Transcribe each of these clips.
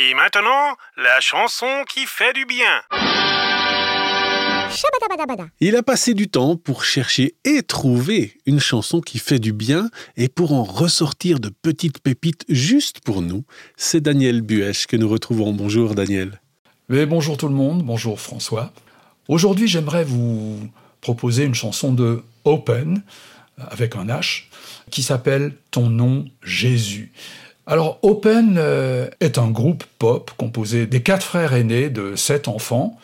Et maintenant, la chanson qui fait du bien. Il a passé du temps pour chercher et trouver une chanson qui fait du bien et pour en ressortir de petites pépites juste pour nous. C'est Daniel Buèche que nous retrouvons. Bonjour Daniel. Mais bonjour tout le monde, bonjour François. Aujourd'hui, j'aimerais vous proposer une chanson de Open, avec un H, qui s'appelle « Ton nom, Jésus ». Alors, Open est un groupe pop composé des 4 frères aînés de 7 enfants,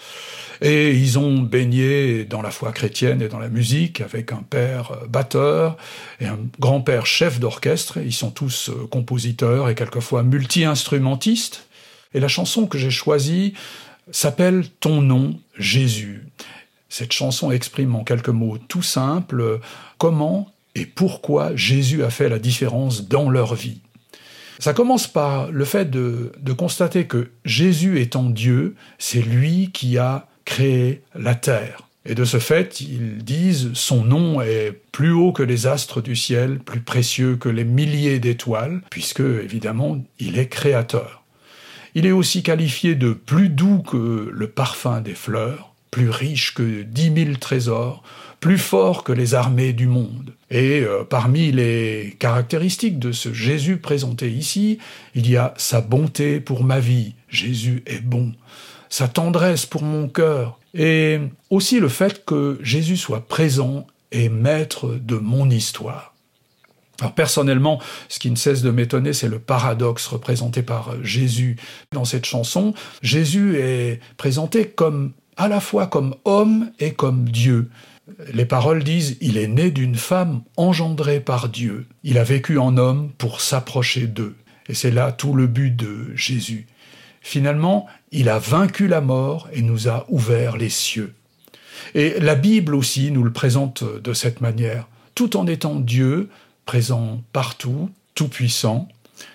et ils ont baigné dans la foi chrétienne et dans la musique avec un père batteur et un grand-père chef d'orchestre. Ils sont tous compositeurs et quelquefois multi-instrumentistes. Et la chanson que j'ai choisie s'appelle « Ton nom, Jésus ». Cette chanson exprime en quelques mots tout simples comment et pourquoi Jésus a fait la différence dans leur vie. Ça commence par le fait de constater que Jésus étant Dieu, c'est lui qui a créé la terre. Et de ce fait, ils disent « Son nom est plus haut que les astres du ciel, plus précieux que les milliers d'étoiles, puisque, évidemment, il est créateur. » Il est aussi qualifié de plus doux que le parfum des fleurs, plus riche que 10 000 trésors, plus fort que les armées du monde. Et parmi les caractéristiques de ce Jésus présenté ici, il y a sa bonté pour ma vie, Jésus est bon, sa tendresse pour mon cœur, et aussi le fait que Jésus soit présent et maître de mon histoire. Alors personnellement, ce qui ne cesse de m'étonner, c'est le paradoxe représenté par Jésus. Dans cette chanson, Jésus est présenté à la fois comme homme et comme Dieu. Les paroles disent « Il est né d'une femme engendrée par Dieu. Il a vécu en homme pour s'approcher d'eux. » Et c'est là tout le but de Jésus. Finalement, il a vaincu la mort et nous a ouvert les cieux. Et la Bible aussi nous le présente de cette manière. Tout en étant Dieu, présent partout, tout-puissant,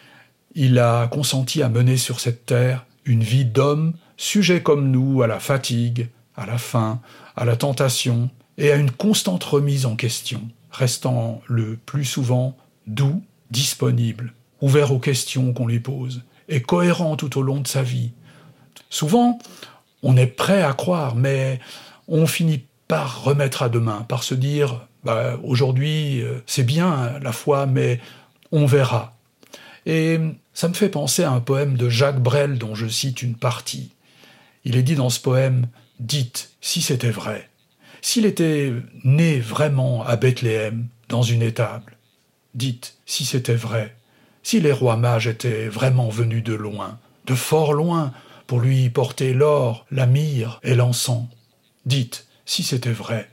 il a consenti à mener sur cette terre une vie d'homme, sujet comme nous à la fatigue, à la faim, à la tentation, et à une constante remise en question, restant le plus souvent doux, disponible, ouvert aux questions qu'on lui pose, et cohérent tout au long de sa vie. Souvent, on est prêt à croire, mais on finit par remettre à demain, par se dire « aujourd'hui, c'est bien la foi, mais on verra ». Et ça me fait penser à un poème de Jacques Brel dont je cite une partie. Il est dit dans ce poème « Dites, si c'était vrai ». S'il était né vraiment à Bethléem, dans une étable, dites si c'était vrai, si les rois mages étaient vraiment venus de loin, de fort loin, pour lui porter l'or, la myrrhe et l'encens, dites si c'était vrai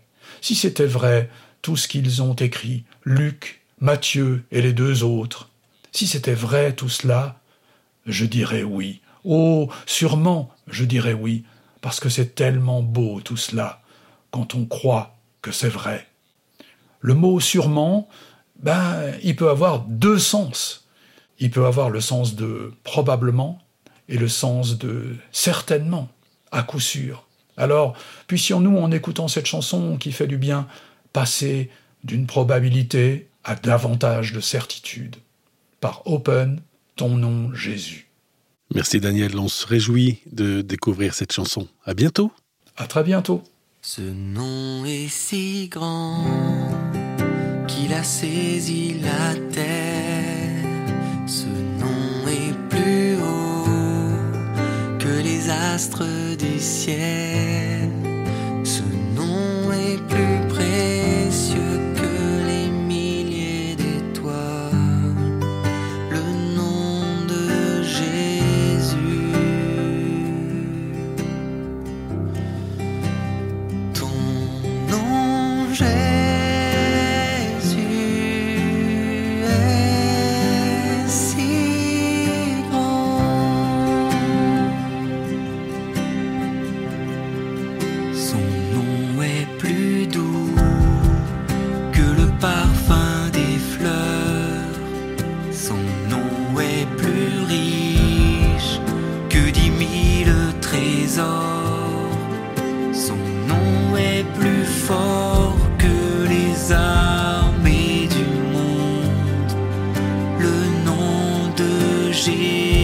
tout ce qu'ils ont écrit, Luc, Matthieu et les 2 autres, si c'était vrai tout cela, je dirais oui. Oh, sûrement, je dirais oui, parce que c'est tellement beau tout cela, quand on croit que c'est vrai. Le mot « sûrement », il peut avoir 2 sens. Il peut avoir le sens de « probablement » et le sens de « certainement », à coup sûr. Alors, puissions-nous, en écoutant cette chanson qui fait du bien, passer d'une probabilité à davantage de certitude. Par Open, ton nom, Jésus. Merci Daniel, on se réjouit de découvrir cette chanson. À bientôt. À très bientôt. Ce nom est si grand qu'il a saisi la terre. Ce nom est plus haut que les astres du ciel. Ce nom est plus précieux que les milliers d'étoiles. Le nom de Jésus. Jésus.